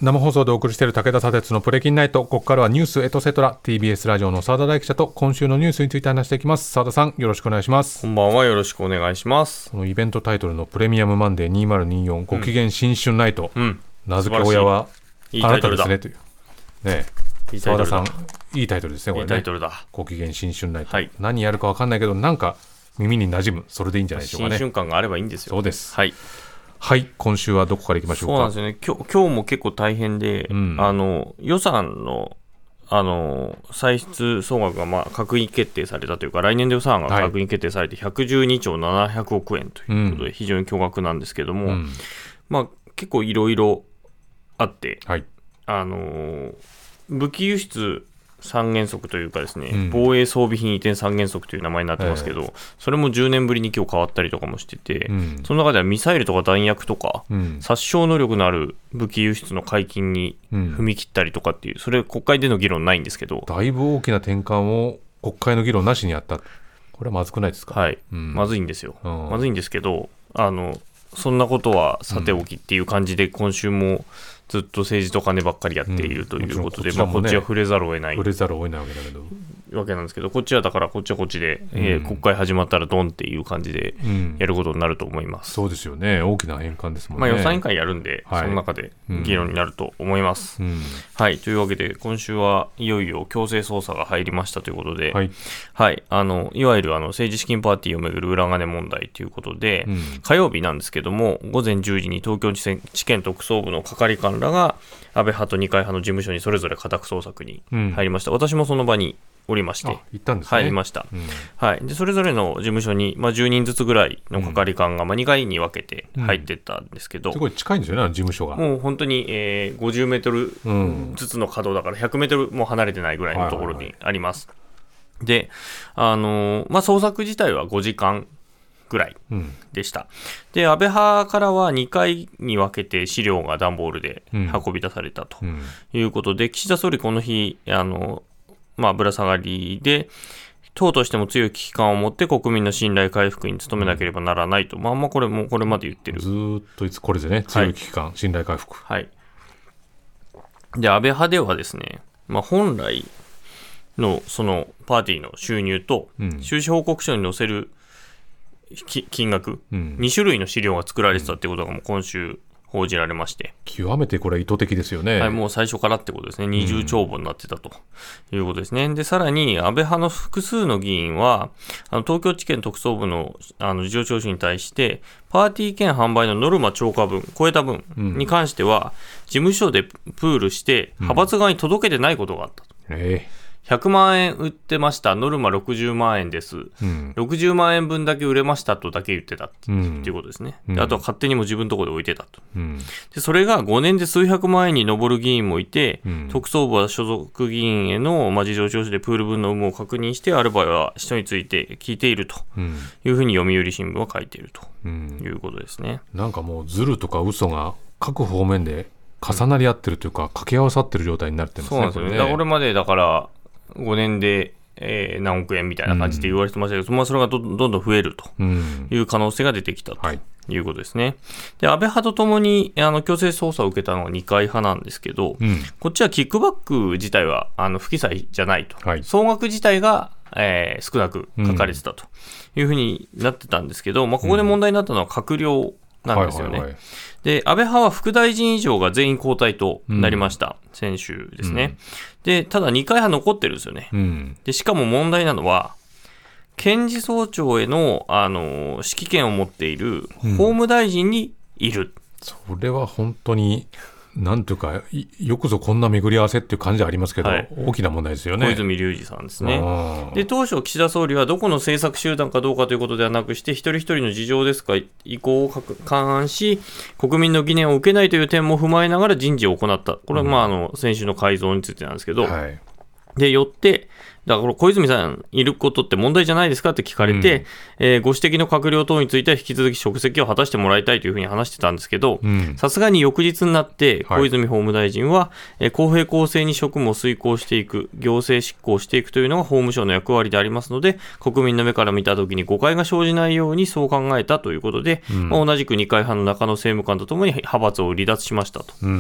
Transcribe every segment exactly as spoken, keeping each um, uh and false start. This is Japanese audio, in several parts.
生放送でお送りしている武田砂鉄のプレキンナイト、ここからはニュースエトセトラ ティービーエス ラジオの澤田大記者と今週のニュースについて話していきます。澤田さん、よろしくお願いします。 こんばんは、よろしくお願いします。 このイベントタイトルのプレミアムマンデーにせんにじゅうよんご機嫌新春ナイト、 うん、 名付け親はあなたですねというね。 いいタイトルだ。 澤田さん、いいタイトルですねこれね。 いいタイトルだ。 ご機嫌新春ナイト、 はい、 何やるか分かんないけどなんか耳に馴染む、それでいいんじゃないでしょうかね。 新春感があればいいんですよ。 そうです。 はいはい、今週はどこから行きましょうか。 そうなんですよね。今日、今日も結構大変で、うん、あの予算のあの歳出総額がまあ閣議決定されたというか、来年度予算が閣議決定されてひゃくじゅうにちょうななひゃくおくえんということで非常に巨額なんですけども、うん、まあ、結構いろいろあって、はい、あの武器輸出三原則というかですね、うん、防衛装備品移転三原則という名前になってますけど、えー、それもじゅうねんぶりに今日変わったりとかもしてて、うん、その中ではミサイルとか弾薬とか、うん、殺傷能力のある武器輸出の解禁に踏み切ったりとかっていう、それ国会での議論ないんですけど、 だいぶ大きな転換を国会の議論なしにやった。これはまずくないですか。 はい、うん、まずいんですよ、うん、まずいんですけど、あのそんなことはさておきっていう感じで、今週もずっと政治と金ばっかりやっているということで、うん、こ, こっちは触れざるを得ない触れざるを得ないわけだけどわけなんですけど、こっちはだからこっちはこっちで、うん、えー、国会始まったらドンっていう感じでやることになると思います、 うん、そうですよね。大きな変換ですもんね。 まあ、予算委員会やるんで、はい、その中で議論になると思います、うん、はい。というわけで今週はいよいよ強制捜査が入りましたということで、はい、はい、あのいわゆるあの政治資金パーティーをめぐる裏金問題ということで、うん、火曜日なんですけどもごぜんじゅうじに東京地検特捜部の係官らが安倍派と二階派の事務所にそれぞれ家宅捜索に入りました、うん、私もその場におりまして行ったんですね。 入りました、うん、はい、でそれぞれの事務所に、まあ、じゅうにんずつぐらいの係官が、まあ、にかいに分けて入っていったんですけど、うん、 すごい近いんですよね、事務所が。 もう本当に、えー、ごじゅうメートルずつの角だからひゃくメートルも離れてないぐらいのところにあります、はいはいはい、で、あのーまあ、捜索自体はごじかんぐらいでした、うん、で安倍派からはにかいに分けて資料が段ボールで運び出されたということで、うん、岸田総理この日あの、まあ、ぶら下がりで党としても強い危機感を持って国民の信頼回復に努めなければならないと、まあ、まあこれもこれまで言ってる、 ずっといつこれでね、強い危機感、はい、信頼回復、 はい、で安倍派ではですね、まあ、本来のそのパーティーの収入と収支報告書に載せる金額、うん、にしゅるいの資料が作られてたってことがもう今週報じられまして、 極めてこれは意図的ですよね、 はい、もう最初からってことですね。二重帳簿になってたということですね、うん、でさらに安倍派の複数の議員はあの東京地検特捜部のあの事情聴取に対してパーティー券販売のノルマ超過分超えた分に関しては、うん、事務所でプールして派閥側に届けてないことがあったと、うん、えーひゃくまんえん売ってました、ノルマろくじゅうまんえんです、うん、ろくじゅうまんえんぶんだけ売れましたとだけ言ってたって、うん、いうことですね、であとは勝手にも自分のところで置いてたと、うん、でそれがごねんで数百万円に上る議員もいて、うん、特捜部は所属議員への、まあ、事情聴取でプール分の有無を確認してある場合は人について聞いているというふうに読売新聞は書いているということですね、 うん、なんかもうズルとか嘘が各方面で重なり合ってるというか、掛け合わさってる状態になってますね。 そうなんですよね。これね、これまでだからごねんで、えー、何億円みたいな感じで言われてましたけど、うん、まあ、それが ど, どんどん増えるという可能性が出てきたということですね、はい、で安倍派とともにあの強制捜査を受けたのは二階派なんですけど、うん、こっちはキックバック自体はあの不記載じゃないと、はい、総額自体が、えー、少なく書かれてたというふうになってたんですけど、まあ、ここで問題になったのは閣僚なんですよね、はいはいはい、で安倍派は副大臣以上が全員交代となりました、うん、先週ですね、うん、でただ二階派残ってるんですよね、うん、でしかも問題なのは検事総長への、あの指揮権を持っている法務大臣にいる、うん、 それは本当になんというかよくぞこんな巡り合わせっていう感じはありますけど、はい、大きな問題ですよね。 小泉龍司さんですね。で当初岸田総理はどこの政策集団かどうかということではなくして一人一人の事情ですか意向を勘案し国民の疑念を受けないという点も踏まえながら人事を行った。これは、まあ、あの先週の改造についてなんですけど、はい、でよってだから小泉さんいることって問題じゃないですかって聞かれて、うんえー、ご指摘の閣僚等については引き続き職責を果たしてもらいたいというふうに話してたんですけど、さすがに翌日になって小泉法務大臣は、はいえー、公平公正に職務を遂行していく行政執行していくというのが法務省の役割でありますので国民の目から見たときに誤解が生じないようにそう考えたということで、うんまあ、同じく二階派の中野政務官とともに派閥を離脱しましたと、うん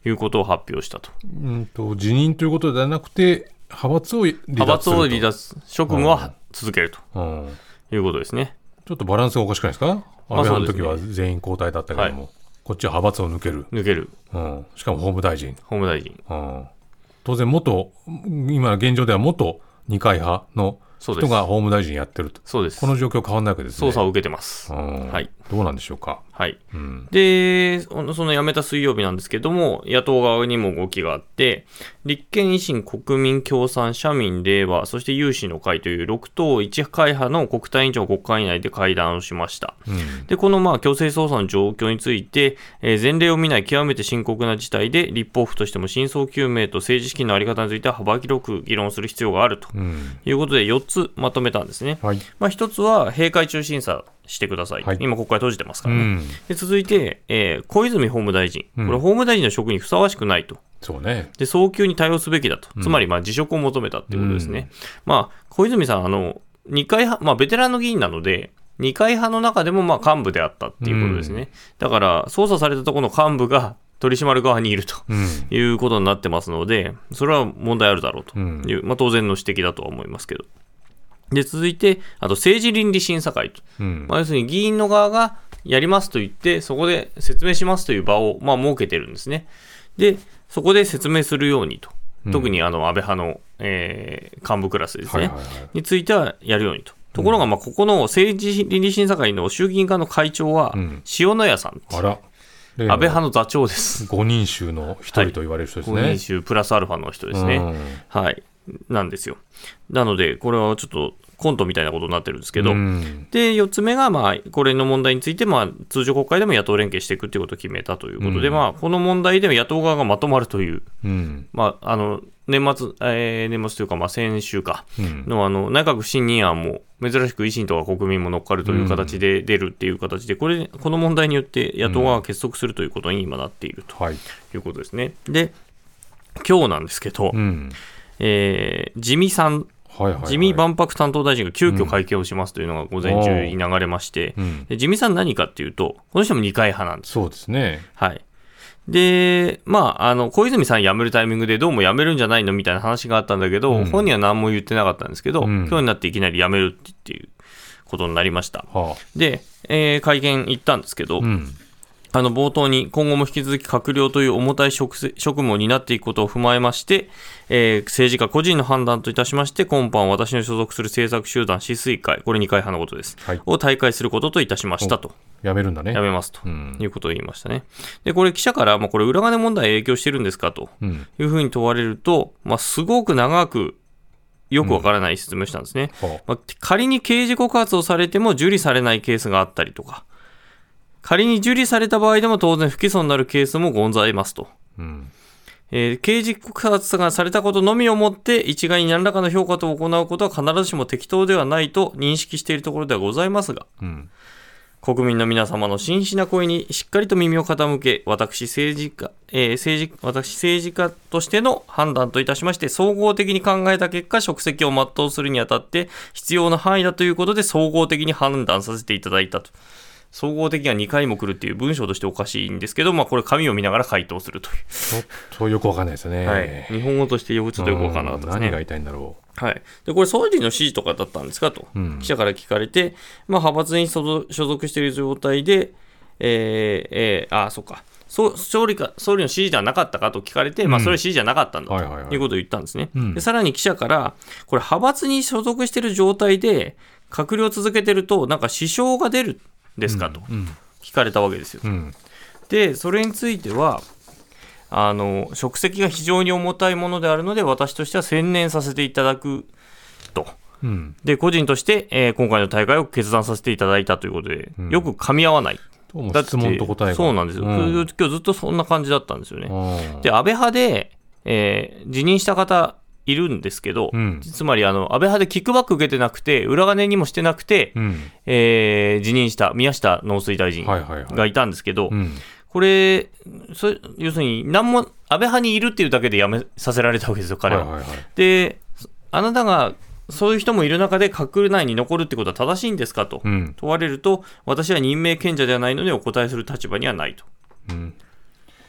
いうことを発表したと。 うんと辞任ということではなくて派閥を離脱すると。 派閥を離脱、職務は続けるということですね。 ちょっとバランスがおかしくないですか。安倍派の時は全員交代だったけども、はい、こっちは派閥を抜ける抜ける、 うん、しかも法務大臣法務大臣、 うん、当然元今現状では元二階派の人が法務大臣やってると。 そうです。 この状況変わらないわけですね。 捜査を受けてます、はい、 どうなんでしょうか。 はい、 うん、 でその辞めた水曜日なんですけども、野党側にも動きがあって、立憲、維新、国民、共産、社民、れいわ、そして有志の会というろく党いち会派の国対委員長が国会内で会談をしました。うん、でこのまあ強制捜査の状況について、えー、前例を見ない極めて深刻な事態で、立法府としても真相究明と政治資金の在り方については幅広く議論する必要があるということでよっつまとめたんですね。はい、まあ、ひとつは閉会中審査してください、はい、今国会閉じてますからね。うん、で続いて、えー、小泉法務大臣、これ法務大臣の職にふさわしくないと。 そうね、で早急に対応すべきだと、つまりまあ辞職を求めたということですね。うん、まあ、小泉さん、あの二階派、まあ、ベテランの議員なので、二階派の中でもまあ幹部であったっていうことですね。うん、だから、捜査されたところの幹部が取り締まる側にいるということになってますので、それは問題あるだろうという、まあ、当然の指摘だとは思いますけど。で続いて、あと政治倫理審査会と、うんまあ、要するに議員の側がやりますと言って、そこで説明しますという場を、まあ、設けてるんですね。でそこで説明するようにと、特にあの安倍派の、えー、幹部クラスですね、はいはいはい、についてはやるようにと。ところが、まあ、ここの政治倫理審査会の衆議院側の会長は、うん、塩谷さん、あら安倍派の座長です。 ごにん衆の一人と言われる人ですね。はい、 ごにん衆プラスアルファの人ですね。うん、はい、なんですよ。なので、これはちょっとコントみたいなことになってるんですけど、うん、でよっつめが、まあ、これの問題について、まあ、通常国会でも野党連携していくということを決めたということで、うんまあ、この問題でも野党側がまとまるという、うんまあ、あの年末、えー、年末というか、まあ、先週かの、うん、あの内閣不信任案も珍しく維新とか国民も乗っかるという形で出るっていう形で、これこの問題によって野党側が結束するということに今なっているということですね。うん、で今日なんですけど、うんえー、自民さんはいはいはい、自民万博担当大臣が急遽会見をしますというのが午前中に流れまして、うん、で自民さん何かっていうと、この人も二階派なんです。 そうですね。 はい。で、まあ、あの小泉さん辞めるタイミングでどうも辞めるんじゃないのみたいな話があったんだけど、うん、本人は何も言ってなかったんですけど、うん、今日になっていきなり辞めるっていうことになりました。はあ、で、えー、会見行ったんですけど、うんあの冒頭に今後も引き続き閣僚という重たい 職, 職務を担っていくことを踏まえまして、えー、政治家個人の判断といたしまして今般私の所属する政策集団止水会、これ二階派のことです、はい、を退会することといたしましたと。 やめるんだね。 やめますということを言いましたね。でこれ記者から、まあ、これ裏金問題影響してるんですかというふうに問われると、まあ、すごく長くよくわからない説明をしたんですね。うんはあまあ、仮に刑事告発をされても受理されないケースがあったりとか、仮に受理された場合でも当然不起訴になるケースもございますと、うんえー、刑事告発がされたことのみをもって一概に何らかの評価と行うことは必ずしも適当ではないと認識しているところではございますが、うん、国民の皆様の真摯な声にしっかりと耳を傾け、私政治家、えー、政治私政治家としての判断といたしまして総合的に考えた結果、職責を全うするにあたって必要な範囲だということで総合的に判断させていただいたと。総合的にはにかいも来るっていう文章としておかしいんですけど、まあ、これ紙を見ながら回答するという。 ちょっとよくわかんないですね。 はい、日本語としてよくちょっとよくわかんなかったですね。 何が言いたいんだろう。はい。で、これ総理の指示とかだったんですかと、うん、記者から聞かれて、まあ、派閥に所属している状態で、えーえー、あ、そっか。総理か総理の指示ではなかったかと聞かれて、まあ、それは指示じゃなかったんだということを言ったんですね。でさらに記者から、これ派閥に所属している状態で閣僚を続けてるとなんか支障が出るんですかと聞かれたわけですよ。うんうん、でそれについてはあの職責が非常に重たいものであるので私としては専念させていただくと。うん、で個人として、えー、今回の大会を決断させていただいたということで、うん、よく噛み合わない。 だって質問と答えがそうなんですよ、うん、今日ずっとそんな感じだったんですよね。で安倍派で、えー、辞任した方いるんですけど、うん、つまりあの安倍派でキックバック受けてなくて裏金にもしてなくて、うんえー、辞任した宮下農水大臣がいたんですけど、はいはいはいうん、これそ要するに何も安倍派にいるっていうだけで辞めさせられたわけですよ彼は、はいはいはい、であなたがそういう人もいる中で閣内に残るってことは正しいんですかと問われると、うん、私は任命権者ではないのでお答えする立場にはないと、うん、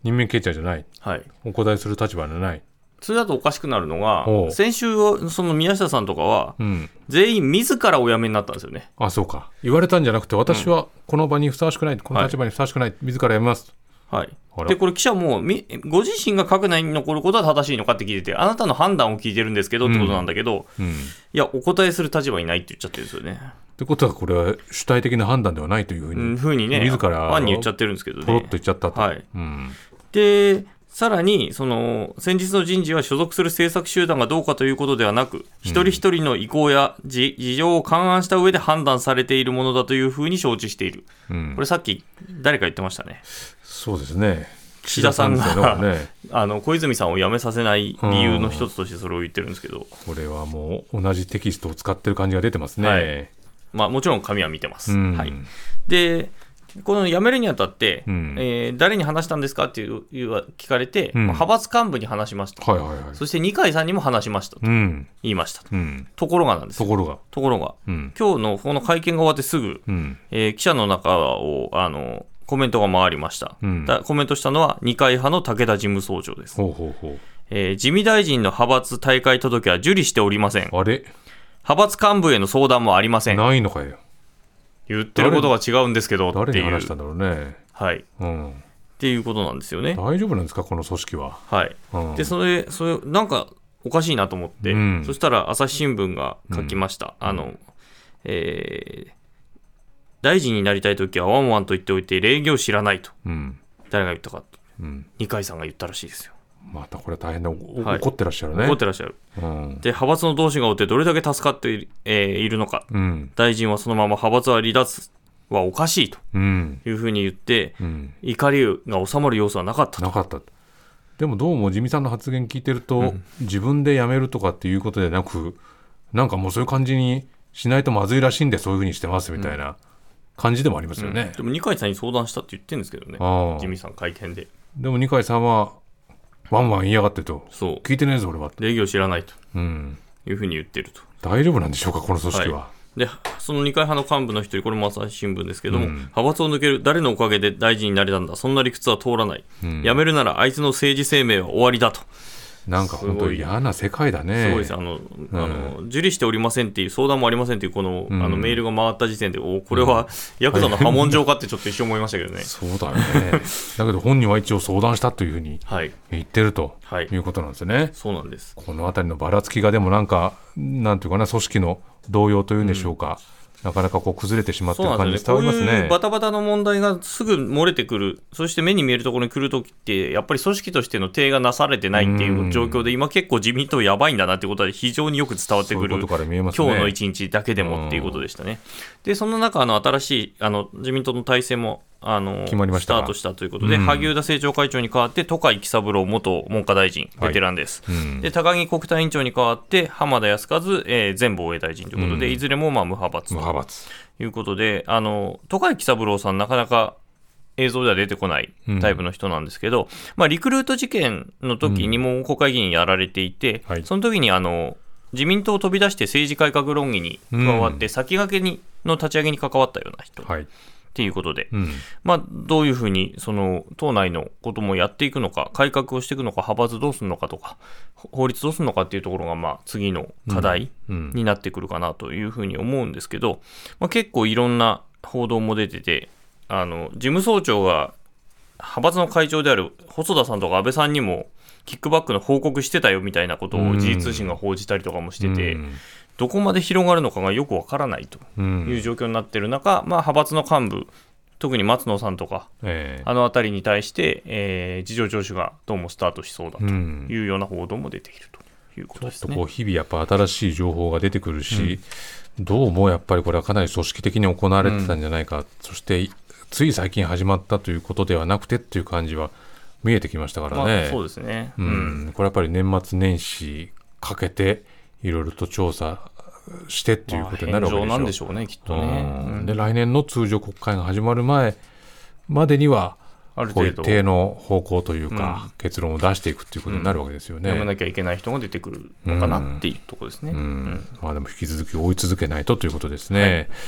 任命決定じゃない、 はい、 お答えする立場じゃない。 それだとおかしくなるのが、先週その宮下さんとかは、うん、全員自らお辞めになったんですよね。 あ、そうか。言われたんじゃなくて、私はこの場にふさわしくない、うん、この立場にふさわしくない、はい、自ら辞めます。 はい、でこれ記者もご自身が閣内に残ることは正しいのかって聞いてて、あなたの判断を聞いてるんですけどってことなんだけど、うんうん、いやお答えする立場にないって言っちゃってるんですよね。 ってことはこれは主体的な判断ではないというふうに、うん、 ふうにね、 自らファンに言っちゃってるんですけどね、 ポロッと言っちゃったと、 はいうん、 でさらにその先日の人事は所属する政策集団がどうかということではなく、一人一人の意向や事情を勘案した上で判断されているものだというふうに承知している、うん、これさっき誰か言ってましたね。 そうですね、 岸田さんが、 ね、 あの小泉さんを辞めさせない理由の一つとしてそれを言ってるんですけど、 これはもう同じテキストを使ってる感じが出てますね、はい、 まあ、もちろん紙は見てます、うんはい、でこの辞めるにあたって、うんえー、誰に話したんですかっていう聞かれて、うん、派閥幹部に話しました、はいはいはい、そして二階さんにも話しましたと言いましたと、うん、ところがなんですところがところが、うん、今日のこの会見が終わってすぐ、うんえー、記者の中をあのコメントが回りました、うん、だコメントしたのは二階派の武田事務総長です。ほうほうほう、えー、自見大臣の派閥退会届は受理しておりません。 あれ派閥幹部への相談もありません。 ないのかよ。 言ってることが違うんですけどっていう。 誰に話したんだろうね。 はい、うん、っていうことなんですよね。 大丈夫なんですかこの組織は。 はい、うん、でそれそれなんかおかしいなと思って、うん、そしたら朝日新聞が書きました、うん、あの、えー、大臣になりたいときはワンワンと言っておいて礼儀を知らないと、うん、誰が言ったかと、うん、二階さんが言ったらしいですよ。 またこれ大変で、はい、怒ってらっしゃるね。 怒ってらっしゃる、うん、で派閥の同志がおってどれだけ助かっている、えー、いるのか、うん、大臣はそのまま派閥は離脱はおかしいというふうに言って、うん、怒りが収まる様子はなかったと。 なかった。でもどうも自見さんの発言聞いてると、うん、自分で辞めるとかっていうことでなく、なんかもうそういう感じにしないとまずいらしいんでそういうふうにしてますみたいな感じでもありますよね、うん、 でも二階さんに相談したって言ってるんですけどね、自見さん会見で。 でも二階さんはワンワン言いやがってと、そう聞いてねえぞ俺は、 礼儀を知らないと、うん、いうふうに言ってると。 大丈夫なんでしょうかこの組織は、はい、 でその二階派の幹部の一人、これも朝日新聞ですけども、うん、派閥を抜ける誰のおかげで大臣になれたんだ、そんな理屈は通らない、うん、辞めるならあいつの政治生命は終わりだと。 なんか本当に嫌な世界だね。 すごいです。あの、うん、あの受理しておりませんっていう相談もありませんっていうこの、うん、あのメールが回った時点で、おこれはヤクザの破門状かってちょっと一瞬思いましたけどね。 そうだよね。だけど本人は一応相談したというふうに言ってるということなんですよね、はいはい、 そうなんです。 このあたりのばらつきがでもなんかなんていうかな、組織の動揺というんでしょうか、うんなかなかこう崩れてしまっている感じ伝わりますね。 こういうバタバタの問題がすぐ漏れてくる、そして目に見えるところに来るときって、やっぱり組織としての体がなされてないっていう状況で、今結構自民党やばいんだなってことは非常によく伝わってくる、 そういうことから見えますね、今日の一日だけでもっていうことでしたね。でそんな中、あの新しいあの自民党の体制もあの決まりましたスタートしたということで、うん、萩生田政調会長に代わって戸海喜三郎元文科大臣、ベテランです、はいうん、で高木国対委員長に代わって浜田靖一、えー、前防衛大臣ということで、うん、いずれもまあ無派閥ということで、あの戸海喜三郎さんなかなか映像では出てこないタイプの人なんですけど、うんまあ、リクルート事件の時にも国会議員やられていて、うんはい、その時にあの自民党を飛び出して政治改革論議に加わって、うん、先駆けにの立ち上げに関わったような人、はいということで、うんまあ、どういうふうにその党内のこともやっていくのか、改革をしていくのか、派閥どうするのかとか、法律どうするのかっていうところがまあ次の課題になってくるかなというふうに思うんですけど、まあ、結構いろんな報道も出てて、あの事務総長が派閥の会長である細田さんとか安倍さんにもキックバックの報告してたよみたいなことを時事通信が報じたりとかもしてて、うんどこまで広がるのかがよくわからないという状況になっている中、うんまあ、派閥の幹部、特に松野さんとか、えー、あのあたりに対して、えー、事情聴取がどうもスタートしそうだというような報道も出ているということですね。 ちょっとこう日々やっぱ新しい情報が出てくるし、うん、どうもやっぱりこれはかなり組織的に行われてたんじゃないか、うん、そしてつい最近始まったということではなくてっていう感じは見えてきましたからね、 まあ、そうですね、 うん、これやっぱり年末年始かけていろいろと調査してっていうことになるわけでしょう、まあ、返上なんでしょうねきっとね、うん、で来年の通常国会が始まる前までにはこう一定の方向というか、うん、結論を出していくっていうことになるわけですよね、 うん、やめなきゃいけない人が出てくるのかなっていうところですね、うんうんまあ、でも引き続き追い続けないとということですね、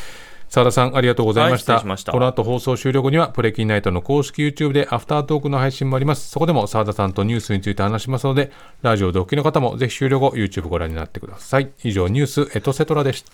澤田さんありがとうございました。 はい、失礼しました。 この後放送終了後にはプレキンナイトの公式 YouTube でアフタートークの配信もあります。そこでも澤田さんとニュースについて話しますので、ラジオでお聞きの方もぜひ終了後 YouTube ご覧になってください。以上ニュースエトセトラでした。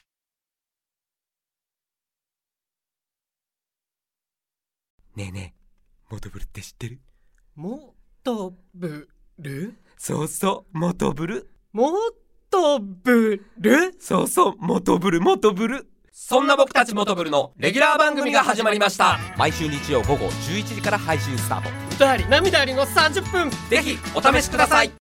ねえねえ、モトブルって知ってる？ モトブル？ そうそう、モトブル。 モトブル？ そうそう、モトブルモトブル。そんな僕たちモトブルのレギュラー番組が始まりました。毎週日曜午後じゅういちじから配信スタート。 歌あり涙ありのさんじゅっぷん、 ぜひお試しください。